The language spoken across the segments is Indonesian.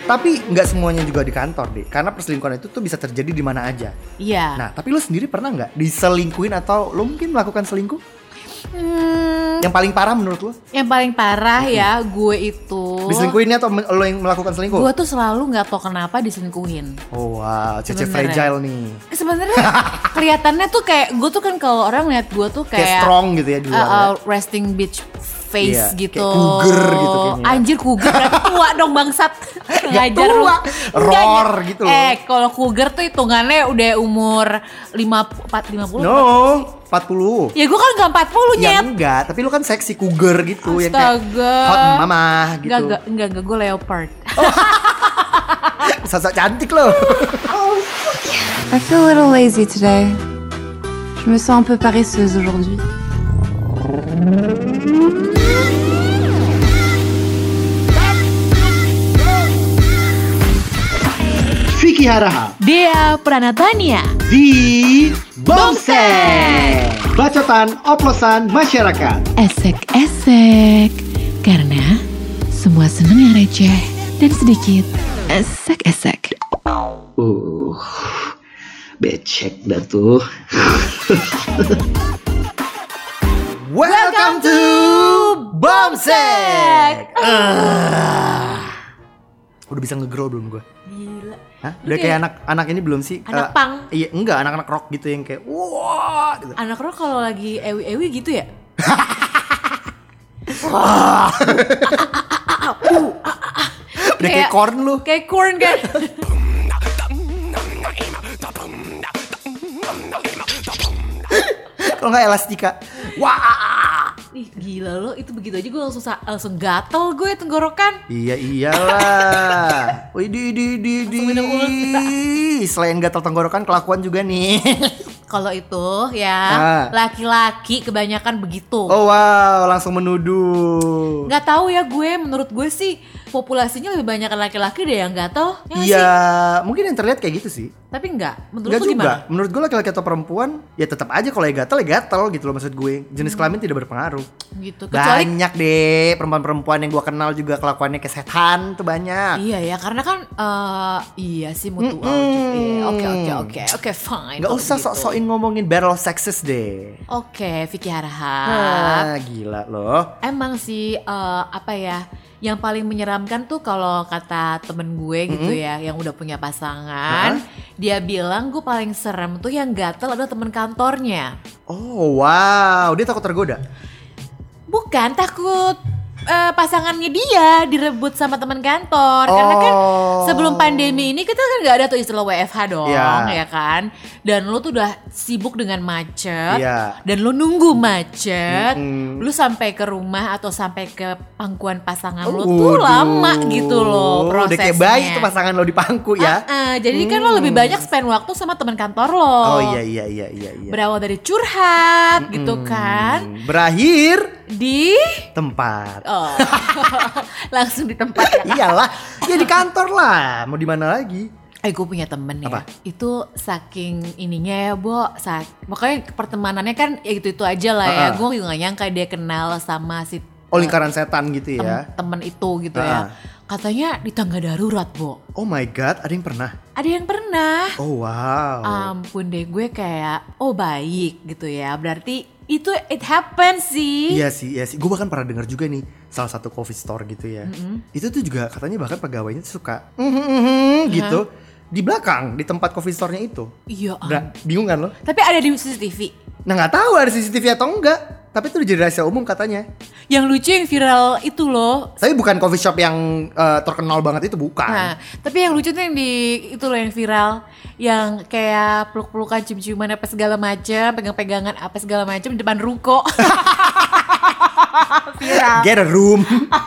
Tapi nggak semuanya juga di kantor deh, karena perselingkuhan itu tuh bisa terjadi di mana aja. Iya. Nah, tapi lu sendiri pernah nggak diselingkuhin atau lu mungkin melakukan selingkuh? Yang paling parah menurut lu? Yang paling parah ya gue itu. Diselingkuhinnya atau lo yang melakukan selingkuh? Gue tuh selalu nggak tahu kenapa diselingkuhin. Oh wow, Cece Sebenarnya. fragile nih. Sebenarnya kelihatannya tuh kayak gue tuh kan kalau orang lihat gue tuh Kayak strong gitu ya di luar ya. resting bitch face Iya, gitu. kayak cougar gitu kayaknya. Anjir cougar berarti tua dong bangsat. Ngajar lu. tua, roar gitu loh. Kalau cougar tuh hitungannya udah umur 50. No, 40. Ya gue kan gak 40 Ya nyet. enggak, tapi lu kan seksi cougar gitu yang kayak Astaga. hot mama gitu. Enggak gue leopard. Sosok cantik lo. I feel a little lazy today. Je me sens un peu paresseuse aujourd'hui. Vicky Haraha Dea Pranatania. di Bomsek. Bacotan oplosan masyarakat. Esek-esek. Karena semua seneng yang receh dan sedikit esek-esek. Becek dah tuh. Welcome to Bomsek. Udah bisa nge-grow belum gue? Gila. Hah? Udah kayak anak-anak ini belum sih? Anak punk. Iya, enggak, anak-anak rock gitu yang kayak wah gitu. Anak rock kalau lagi ewi-ewi gitu ya? Udah kayak corn lu. Kayak corn kan? Kalau enggak elastika. Wah. Ih gila lo, itu begitu aja gue langsung gatel gue tenggorokan. Iya iyalah. Wih di. Langsung minum ulet kita. Selain gatal tenggorokan kelakuan juga nih. Kalau itu ya laki-laki kebanyakan begitu. Oh wow, langsung menuduh. Nggak tahu ya gue, menurut gue sih populasinya lebih banyak laki-laki deh yang gatel. Ya nggak sih? Iya, mungkin yang terlihat kayak gitu sih. Tapi enggak, menurut Enggak lu juga. gimana? Menurut gue laki-laki atau perempuan ya tetap aja kalau ya gatal gitu loh maksud gue. Jenis kelamin tidak berpengaruh. Gitu. Kecuali Banyak deh perempuan-perempuan yang gue kenal juga kelakuannya kayak setan tuh banyak. iya ya, karena kan iya sih mutual. Oke, fine. Gak kalau usah gitu. sok-sokin ngomongin battle of sexes deh. Oke, Vicky Haraha. Gila loh. Emang sih apa ya? Yang paling menyeramkan tuh kalau kata temen gue gitu ya, yang udah punya pasangan, dia bilang gue paling serem tuh yang gatel adalah temen kantornya. Oh wow, dia takut tergoda. Bukan takut pasangannya dia direbut sama teman kantor. Karena kan sebelum pandemi ini kita kan gak ada tuh istilah WFH dong, ya kan. Dan lu tuh udah sibuk dengan macet, dan lu nunggu macet, lu sampai ke rumah atau sampai ke pangkuan pasangan lu tuh lama gitu loh prosesnya. Udah kayak bayi tuh pasangan lo di pangku ya. Jadi kan lo lebih banyak spend waktu sama teman kantor lo. Oh iya. Berawal dari curhat gitu kan. Berakhir Di tempat. Oh. Langsung di tempat ya. Iyalah, ya di kantor lah. Mau di mana lagi? Gue punya temen ya. Apa? Itu saking ininya ya, Bo. Pokoknya pertemanannya kan ya itu aja lah ya. Gue juga gak nyangka dia kenal sama si lingkaran setan gitu ya. temen itu gitu ya. Katanya di tangga darurat, Bo. Oh my god, ada yang pernah? Ada yang pernah. Oh wow. Ampun deh, gue kayak baik gitu ya. Berarti itu it happens sih. Iya sih. Gue bahkan pernah dengar juga nih salah satu coffee store gitu ya. Itu tuh juga katanya bahkan pegawainya tuh suka gitu di belakang di tempat coffee store-nya itu. Iya. Bingung kan lo? Tapi ada di CCTV. Nah nggak tahu ada CCTV atau enggak. Tapi itu udah jadi rahasia umum katanya. Yang lucu yang viral itu loh. Tapi bukan coffee shop yang terkenal banget itu, bukan. Nah, tapi yang lucu tuh yang itu loh yang viral, yang kayak peluk-pelukan, cium-ciuman apa segala macam, pegang-pegangan apa segala macam di depan ruko. Viral. Get a room.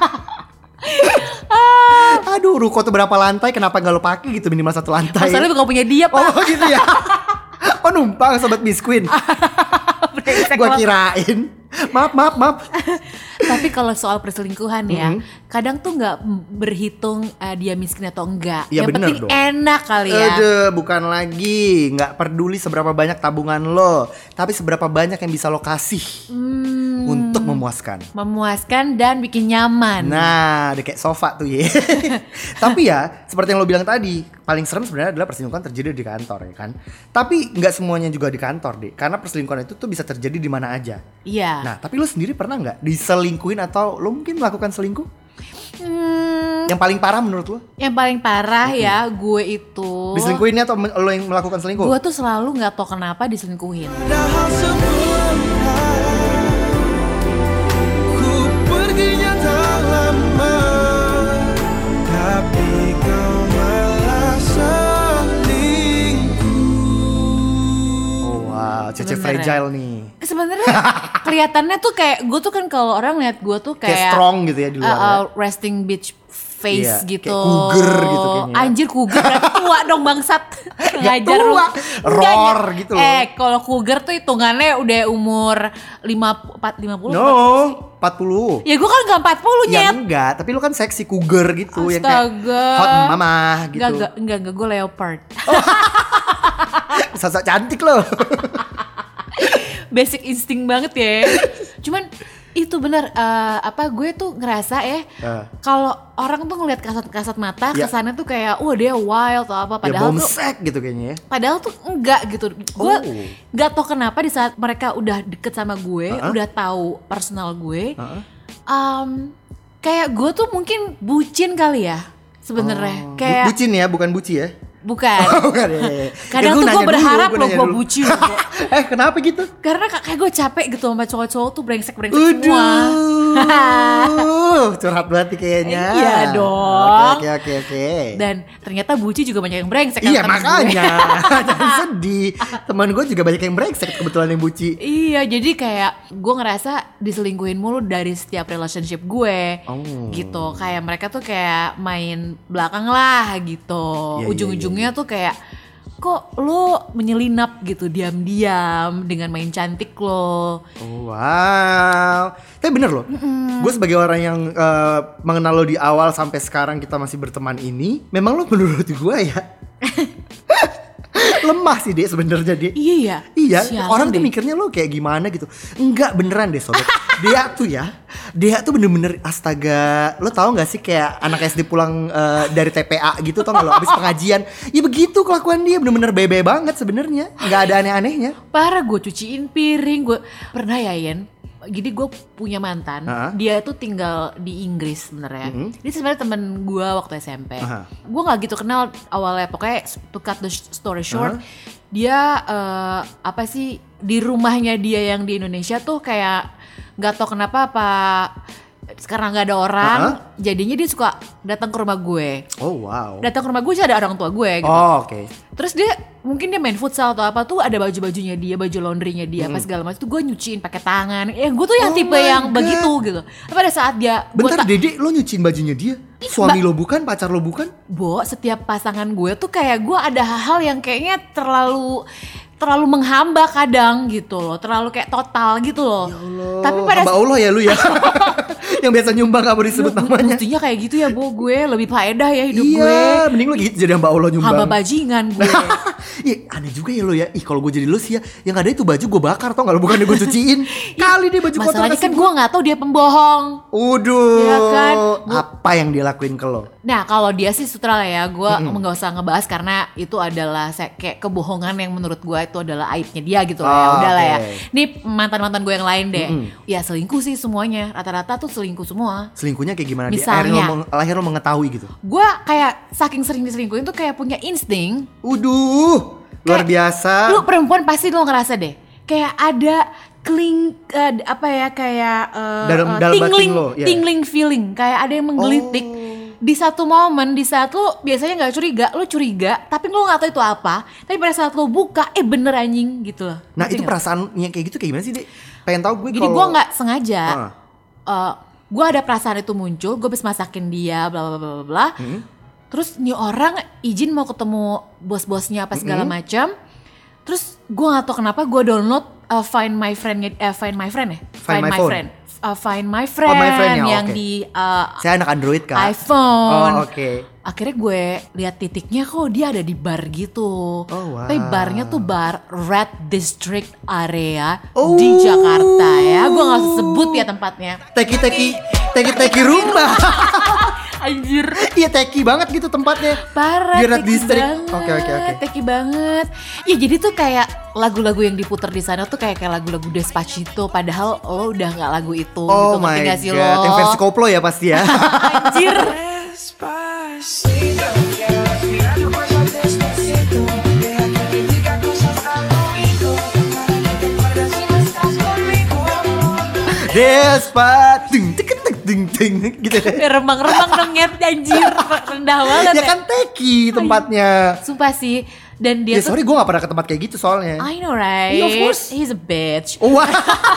Aduh, ruko tuh berapa lantai? Kenapa nggak lo pakai gitu minimal satu lantai? Masalahnya bukan punya dia, Pak. Oh gitu ya. Oh numpang sobat Biskuin. Gua kirain. Maaf. Tapi kalau soal perselingkuhan ya, kadang tuh nggak berhitung dia miskin atau enggak. Ya, yang bener penting dong. enak kali ya. Bukan lagi. Nggak peduli seberapa banyak tabungan lo, tapi seberapa banyak yang bisa lo kasih untuk Memuaskan dan bikin nyaman. Nah, udah kayak sofa tuh ya. Tapi ya, seperti yang lo bilang tadi, paling serem sebenarnya adalah perselingkuhan terjadi di kantor ya kan. Tapi nggak semuanya juga di kantor deh, karena perselingkuhan itu tuh bisa terjadi di mana aja. Iya. Nah, tapi lo sendiri pernah nggak diselingkuhin atau lo mungkin melakukan selingkuh? Yang paling parah menurut lo? Yang paling parah ya gue itu diselingkuhinnya atau lo yang melakukan selingkuh? Gue tuh selalu nggak tahu kenapa diselingkuhin. Ku perginya tak lama, tapi kau malah selingkuh. Oh wow, Cece fragile nih. Sebenarnya kelihatannya tuh kayak gue tuh kan kalau orang lihat gue tuh kayak strong gitu ya di luar. Resting bitch face gitu. Kayak cougar gitu kayaknya. Anjir cougar berarti tua dong bangsat. Ngajar lu. Roar gitu loh. Kalau cougar tuh hitungannya udah umur 50. No, 40. Ya gue kan gak 40 Ya nyet. enggak, tapi lu kan seksi cougar gitu. Astaga. Yang kayak hot mama gitu. Enggak gue leopard. Sosok cantik loh. Basic insting banget ya. Cuman itu benar gue tuh ngerasa kalau orang tuh ngeliat kasat mata kesannya tuh kayak dia wild atau apa, padahal tuh bomsek gitu kayaknya ya. Padahal tuh enggak gitu. Gue nggak tahu kenapa di saat mereka udah deket sama gue, udah tahu personal gue, kayak gue tuh mungkin bucin kali ya sebenarnya. Kayak bucin ya, bukan buci ya. Bukan. Bukan ya. Kadang tuh gue berharap loh gue bucin. Kenapa gitu? Karena kayak gue capek gitu sama cowok-cowok tuh brengsek semua. Curhat banget kayaknya. Iya dong. Oke. Dan ternyata buci juga banyak yang brengsek. Iya makanya. Jangan sedih. Teman gue juga banyak yang brengsek kebetulan yang buci. Iya, jadi kayak gue ngerasa diselingkuhin mulu dari setiap relationship gue. Gitu. Kayak mereka tuh kayak main belakang lah gitu. Ujung-ujungnya tuh kayak kok lo menyelinap gitu diam-diam dengan main cantik lo. Wow. Tapi bener loh, gue sebagai orang yang mengenal lo di awal sampai sekarang kita masih berteman ini, memang lo menurut gue ya lemah sih Dek sebenarnya Dek. Iya. Orang tuh mikirnya lo kayak gimana gitu. Enggak beneran deh sobat. Dia tuh bener-bener astaga. Lo tau gak sih kayak anak SD pulang dari TPA gitu, tau gak lo abis pengajian. Ya begitu kelakuan dia, bener-bener bebe banget sebenarnya. Gak ada aneh-anehnya. Parah, gue cuciin piring. Gue pernah ya Yen, jadi gue punya mantan, dia tuh tinggal di Inggris sebenarnya. Dia sebenarnya temen gue waktu SMP. Gue nggak gitu kenal awalnya, pokoknya to cut the story short, dia di rumahnya dia yang di Indonesia tuh kayak nggak tau kenapa karena nggak ada orang, jadinya dia suka datang ke rumah gue. Oh wow. Datang ke rumah gue sih ada orang tua gue gitu. Oh oke. Terus mungkin dia main futsal atau apa tuh, ada baju-bajunya dia, baju laundrynya dia, apa segala macam tuh gue nyuciin pakai tangan. Gue tuh yang tipe yang begitu gitu. Tapi pada saat dia bentar Dede, lo nyuciin bajunya dia? Suami lo bukan, pacar lo bukan? Setiap pasangan gue tuh kayak gue ada hal-hal yang kayaknya terlalu menghamba kadang gitu loh, terlalu kayak total gitu loh. Ya Allah, tapi pada hamba Allah ya lu ya. Yang biasa nyumbang gak mau disebut namanya. Mestinya kayak gitu ya gue lebih faedah ya hidup gue. Iya, mending lu gitu jadi hamba Allah nyumbang. Hamba bajingan gue. Iya, aneh juga ya lo ya. Kalau gue jadi lu sih ya, yang ada itu baju gue bakar tau gak lo, bukannya gue cuciin. Kali dia baju kotor. Masalahnya kan gue gak tahu dia pembohong. Ya kan? Apa yang dia lakuin ke lo? Nah kalau dia sih sutradara ya, gue gak usah ngebahas karena itu adalah kayak kebohongan yang menurut gue itu adalah aibnya dia gitu lah ya. Udahlah ya. Ini mantan-mantan gue yang lain deh. Ya selingkuh sih semuanya. Rata-rata tuh selingkuh semua. Selingkuhnya kayak gimana? Misalnya Lahir lo mengetahui gitu? Gue kayak saking sering diselingkuhin tuh kayak punya insting. Luar biasa. Lu perempuan pasti lo ngerasa deh. Kayak ada tingling feeling. Kayak ada yang menggelitik. Di satu momen, di saat lu biasanya gak curiga, lu curiga, tapi lu gak tahu itu apa. Tapi pada saat lu buka, bener anjing gitu loh. Nah itu perasaannya kayak gitu kayak gimana sih Dek? Pengen tahu gue. Jadi gue gak sengaja, gue ada perasaan itu muncul, gue habis masakin dia, bla bla bla bla. Terus nih orang izin mau ketemu bos-bosnya apa segala macam. Terus gue gak tahu kenapa gue download Find My Friend. Find My Friend, ya, yang oke. di Saya anak Android Kak. iPhone. Oh oke. Akhirnya gue lihat titiknya kok dia ada di bar gitu. Oh, wow. Tapi barnya tuh bar Red District area Oh. di Jakarta ya. Gue gak usah sebut ya tempatnya. Teki rumah. Anjir. Iya teki banget gitu tempatnya. Parah, Di Red teki District. banget, Oke. teki banget. Ya jadi tuh kayak lagu-lagu yang diputar di sana tuh kayak lagu-lagu Despacito. Padahal lo udah nggak lagu itu. Oh gitu, my ngerti gak sih god. lo? Yang versi koplo ya pasti ya. Anjir. Despacito, quiero respirar tu cuerpo despacito. Deja que te diga cosas al oído. Para que te acuerdes si no estás conmigo. Despat ding gitu. Remang-remang dong Nyet, anjir. Rendah banget Ya kan teki tempatnya. Sumpah sih. Dan dia Ya tuh sorry gue gak pernah ke tempat kayak gitu soalnya. I know right. Yeah, of course. He's a bitch. Wah.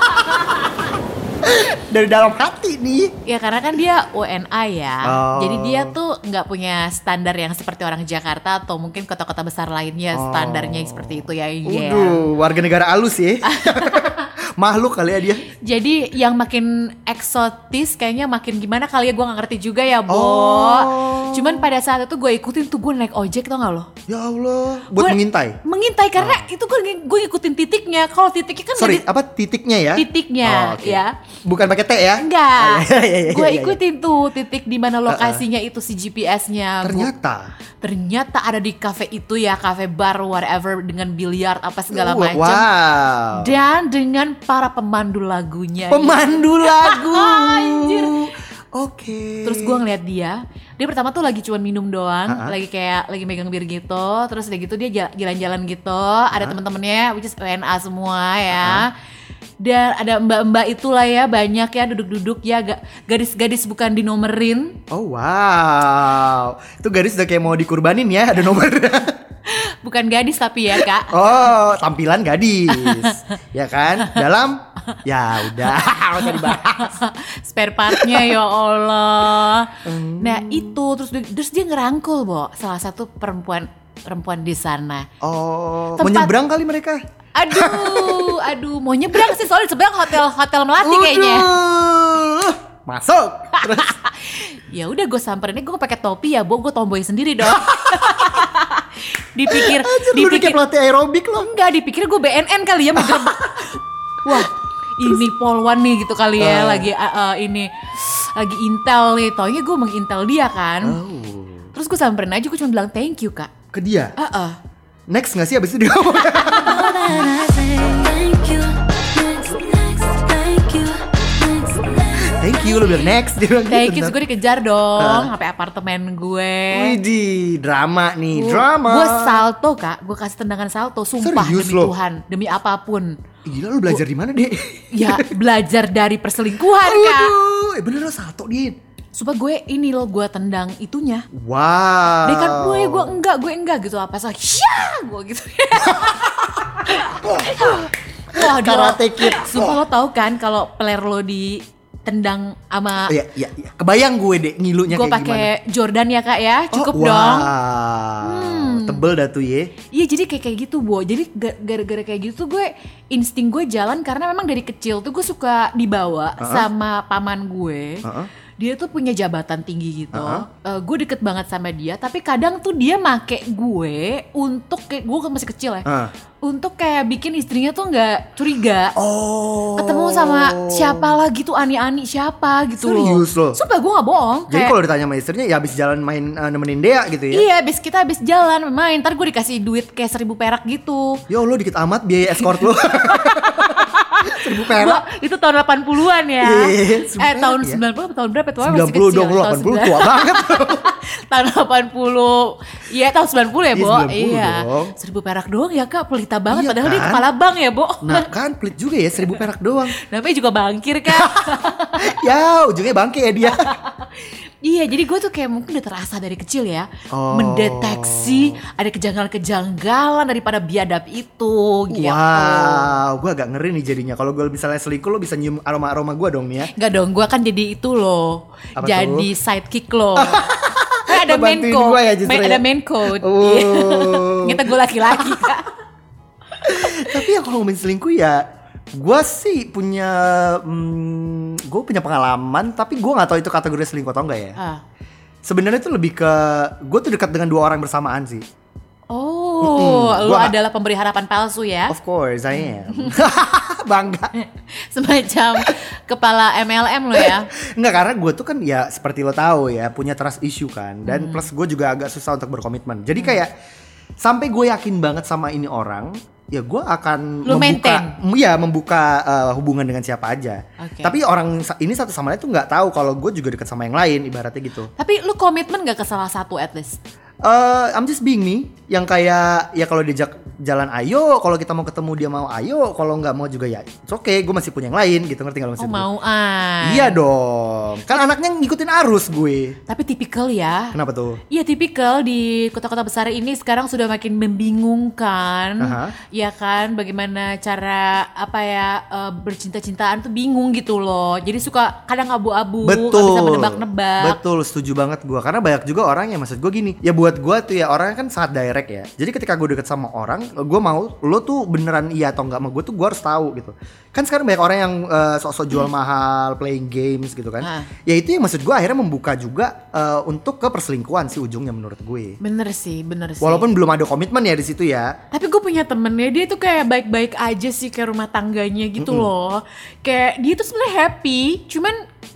Dari dalam hati nih. Ya karena kan dia UNA ya. Oh. Jadi dia tuh nggak punya standar yang seperti orang Jakarta atau mungkin kota-kota besar lainnya standarnya seperti itu ya. Iya. Waduh, warga negara alus ya. Makhluk kali ya dia. Jadi yang makin eksotis kayaknya makin gimana kali ya, gue gak ngerti juga ya Bo. Oh. Cuman pada saat itu gue ikutin tuh, gue naik ojek tau gak lo? Ya Allah, buat Gua mengintai. Mengintai karena itu gue ngikutin titiknya. Kalau titiknya kan Sorry, nggak apa titiknya ya? titiknya Oh, oke. ya. Bukan pakai T ya? Enggak, Iya, gue iya. ikutin tuh titik di mana lokasinya itu si GPS-nya. Ternyata ada di cafe itu ya, cafe bar whatever dengan biliar apa segala macam. Wow. Dan dengan para pemandu lagunya. Pemandu lagu. Anjir. Oke. Terus gue ngeliat dia pertama tuh lagi cuman minum doang, lagi megang bir gitu. Terus udah gitu dia jalan-jalan gitu, ada temen-temennya which is WNA semua ya. Dan ada mbak-mbak itulah ya, banyak ya duduk-duduk ya, gadis-gadis bukan dinomerin. Oh wow. Itu gadis udah kayak mau dikurbanin ya, ada nomornya. Bukan gadis tapi ya Kak. Oh, tampilan gadis. Ya kan? Dalam ya udah, enggak usah dibahas. Spare partnya ya Allah. Nah itu terus dia ngerangkul Bo, salah satu perempuan di sana. Oh, Tempat- menyeberang kali mereka. Aduh, mau nyebrang sih soalnya seberang hotel Melati kayaknya. Udah. Masuk. Terus Ya udah gue samperin, gue pakai topi ya, Bo, gue tomboy sendiri dong. Dipikir lu udah kayak pelatih aerobik loh. enggak, dipikir gue BNN kali ya mengerebek. Wah, ini polwan nih gitu kali ya, lagi lagi intel nih, taunya gue mengintel dia kan. Terus gue samperin aja, gue cuma bilang thank you Kak. Ke dia. Next gak sih abis itu dia ngomong? Thank you, lu bilang next. Dia bilang Thank you, gitu. terus gue dikejar dong sampai apartemen gue. Widih, drama nih, drama. Gue salto Kak, gue kasih tendangan salto, sumpah Serius demi lo? Tuhan, demi apapun. Gila, lu belajar di mana, Dek? Ya belajar dari perselingkuhan Kak. Waduh, bener lo salto, Din. Sumpah gue ini loh, gue tendang itunya. Wow. Dia kan gue enggak gitu, apa sih? Syah, gue gitu. Wah, Karate Kid. Sumpah lo tau kan kalau peler lo ditendang sama Iya. Kebayang gue, Dek, ngilunya gue kayak pakai gimana. Jordan ya Kak ya, cukup wow. dong. Tebel dah tuh ya. Iya jadi kayak gitu Bo. Jadi gara-gara kayak gitu gue insting gue jalan karena memang dari kecil tuh gue suka dibawa sama paman gue. Dia tuh punya jabatan tinggi gitu. Gue deket banget sama dia. Tapi kadang tuh dia make gue untuk kayak gue kan masih kecil ya. Untuk kayak bikin istrinya tuh nggak curiga. Oh. Ketemu sama siapa lagi tuh ani-ani siapa gitu. Serius lo? Sumpah gue nggak bohong. Jadi kalau ditanya sama istrinya ya habis jalan main nemenin Dea gitu ya. Iya, kita habis jalan main, ntar gue dikasih duit kayak 1.000 perak gitu. Ya Allah, dikit amat biaya escort lo. 1.000 perak. Wah, itu tahun 80-an ya. Iya, 1.000 perak tahun ya. 90 atau tahun berapa tuh? 90 dong, lo 80 tua banget. Tahun 80. Iya, tahun 90 ya, Bo. Iya, 90 dong. 1.000 perak doang ya, Kak. Pelita banget Iya, padahal dia kan? kepala bank ya, Bo. Nah kan pelit juga ya 1.000 perak doang. Namanya juga bangkir, Kak. Ya ujungnya bangke ya dia. Iya, jadi gue tuh kayak mungkin udah terasa dari kecil ya, Oh. mendeteksi ada kejanggalan-kejanggalan daripada biadab itu gitu. Wow, gue agak ngeri nih jadinya. Kalau gue misalnya selingkuh, lo bisa nyium aroma-aroma gue dong nih ya. Enggak dong, gue kan jadi itu loh. Apa Jadi tuh? sidekick loh. Kan ada Lo main bantuin code. gua ya justru Ada ya? main code. Oh. Iya. Kita gue laki-laki Kak. Tapi yang kalau ngomongin selingkuh ya, Gue sih punya gue punya pengalaman, tapi gue nggak tahu itu kategori selingkuh atau enggak ya. Sebenarnya itu lebih ke gue tuh dekat dengan 2 orang bersamaan sih. Oh, lu adalah pemberi harapan palsu ya? Of course, I am. Bangga. Semacam kepala MLM lo ya? Enggak, karena gue tuh kan ya seperti lo tahu ya, punya trust issue kan. Dan plus gue juga agak susah untuk berkomitmen. Jadi kayak sampai gue yakin banget sama ini orang, ya gue akan membuka hubungan dengan siapa aja. Okay. Tapi orang ini satu sama lain tuh nggak tahu kalau gue juga dekat sama yang lain, ibaratnya gitu. Tapi lu komitmen gak ke salah satu at least? I'm just being me, yang kayak ya kalau diajak jalan ayo, kalau kita mau ketemu dia mau ayo, kalau nggak mau juga ya it's okay, gue masih punya yang lain gitu, ngerti nggak maksud gue? Mauan. Iya dong, kan anaknya ngikutin arus gue. Tapi tipikal ya. Kenapa tuh? Iya tipikal di kota-kota besar ini sekarang sudah makin membingungkan. Ya kan, bagaimana cara bercinta-cintaan tuh bingung gitu loh. Jadi suka kadang abu-abu, nggak bisa menebak-nebak. Betul, setuju banget gue. Karena banyak juga orang yang maksud gue gini, ya buat gue tuh ya orangnya kan sangat direct ya. Jadi ketika gue deket sama orang, gue mau lo tuh beneran iya atau enggak sama gue tuh gue harus tahu gitu. Kan sekarang banyak orang yang sok-sok jual mahal, playing games gitu kan. Ya itu yang maksud gue akhirnya membuka juga untuk ke perselingkuhan sih ujungnya menurut gue. Bener sih. Walaupun belum ada komitmen ya di situ ya. Tapi gue punya temennya, dia tuh kayak baik-baik aja sih kayak rumah tangganya gitu loh. Kayak dia tuh sebenarnya happy, cuman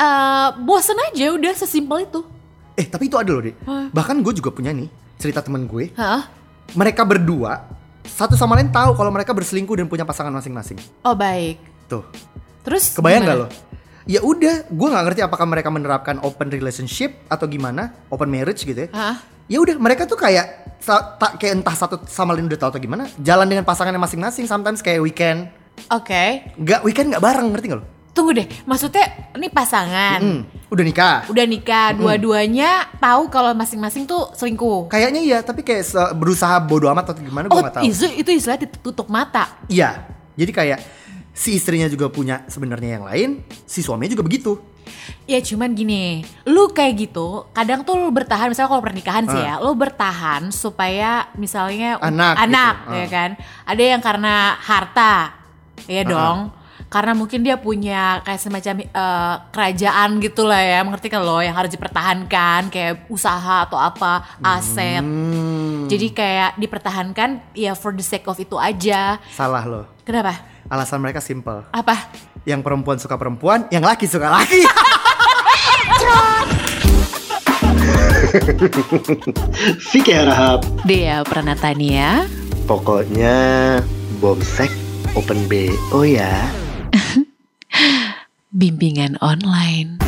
bosen aja udah sesimpel itu. Tapi itu ada loh Dek. Bahkan gue juga punya nih cerita temen gue. Mereka berdua satu sama lain tahu kalau mereka berselingkuh dan punya pasangan masing-masing. Oh baik. Tuh. Terus kebayang gak lo? Ya udah, gue nggak ngerti apakah mereka menerapkan open relationship atau gimana, open marriage gitu ya. Ya udah, mereka tuh kayak kayak entah satu sama lain udah tahu atau gimana, jalan dengan pasangannya masing-masing. Sometimes kayak weekend. Oke. Weekend nggak bareng, ngerti gak lo? Tunggu deh, maksudnya ini pasangan. Udah nikah. Dua-duanya tahu kalau masing-masing tuh selingkuh. Kayaknya iya, tapi kayak berusaha bodo amat atau gimana, gue nggak tahu. Itu istilahnya ditutup mata. Iya, jadi kayak si istrinya juga punya sebenarnya yang lain, si suaminya juga begitu. Ya cuman gini, lu kayak gitu, kadang tuh lu bertahan, misalnya kalau pernikahan sih ya, lu bertahan supaya misalnya anak gitu. Ya kan. Ada yang karena harta, ya dong. Karena mungkin dia punya kayak semacam kerajaan gitu lah ya, mengerti kan lo, yang harus dipertahankan kayak usaha atau apa, aset. Jadi kayak dipertahankan ya for the sake of itu aja. Salah lo. Kenapa? Alasan mereka simple. Apa? Yang perempuan suka perempuan, yang laki suka laki. Vicky Harahap. Dea Pranatania. Pokoknya Bomsek Open BO ya. Bimbingan online.